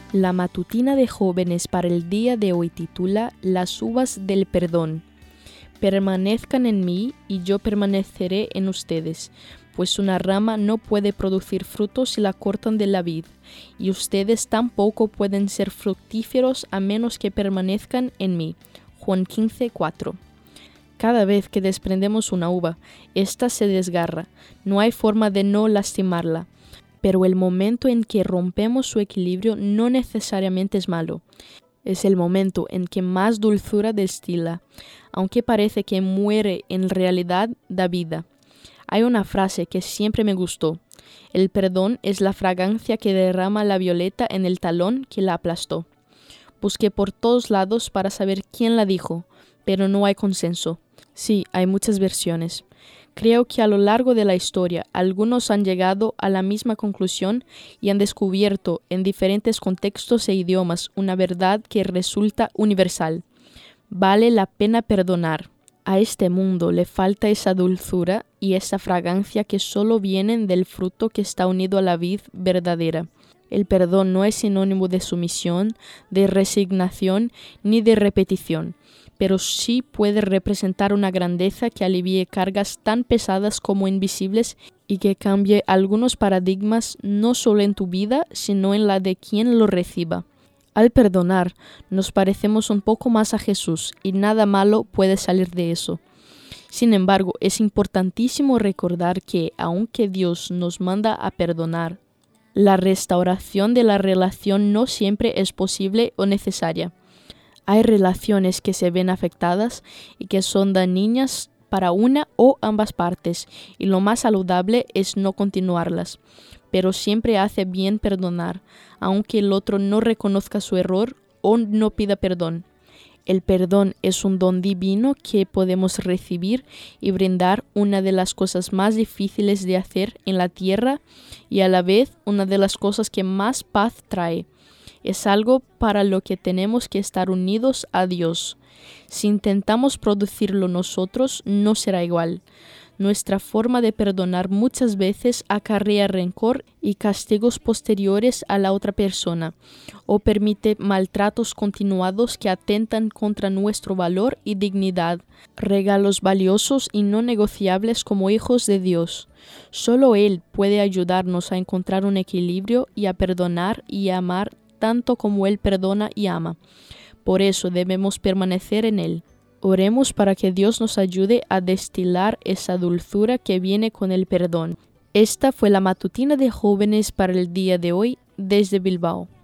La matutina de jóvenes para el día de hoy titula Las uvas del perdón. Permanezcan en mí y yo permaneceré en ustedes, pues una rama no puede producir frutos si la cortan de la vid, y ustedes tampoco pueden ser fructíferos a menos que permanezcan en mí. Juan 15:4. Cada vez que desprendemos una uva, ésta se desgarra, no hay forma de no lastimarla. Pero el momento en que rompemos su equilibrio no necesariamente es malo. Es el momento en que más dulzura destila. Aunque parece que muere, en realidad da vida. Hay una frase que siempre me gustó. El perdón es la fragancia que derrama la violeta en el talón que la aplastó. Busqué por todos lados para saber quién la dijo, pero no hay consenso. Sí, hay muchas versiones. Creo que a lo largo de la historia algunos han llegado a la misma conclusión y han descubierto en diferentes contextos e idiomas una verdad que resulta universal. Vale la pena perdonar. A este mundo le falta esa dulzura y esa fragancia que solo vienen del fruto que está unido a la vid verdadera. El perdón no es sinónimo de sumisión, de resignación ni de repetición, pero sí puede representar una grandeza que alivie cargas tan pesadas como invisibles y que cambie algunos paradigmas no solo en tu vida, sino en la de quien lo reciba. Al perdonar, nos parecemos un poco más a Jesús y nada malo puede salir de eso. Sin embargo, es importantísimo recordar que, aunque Dios nos manda a perdonar, la restauración de la relación no siempre es posible o necesaria. Hay relaciones que se ven afectadas y que son dañinas para una o ambas partes, y lo más saludable es no continuarlas. Pero siempre hace bien perdonar, aunque el otro no reconozca su error o no pida perdón. El perdón es un don divino que podemos recibir y brindar, una de las cosas más difíciles de hacer en la tierra y a la vez una de las cosas que más paz trae. Es algo para lo que tenemos que estar unidos a Dios. Si intentamos producirlo nosotros, no será igual. Nuestra forma de perdonar muchas veces acarrea rencor y castigos posteriores a la otra persona, o permite maltratos continuados que atentan contra nuestro valor y dignidad, regalos valiosos y no negociables como hijos de Dios. Solo Él puede ayudarnos a encontrar un equilibrio y a perdonar y a amar tanto como Él perdona y ama. Por eso debemos permanecer en Él. Oremos para que Dios nos ayude a destilar esa dulzura que viene con el perdón. Esta fue la matutina de jóvenes para el día de hoy desde Bilbao.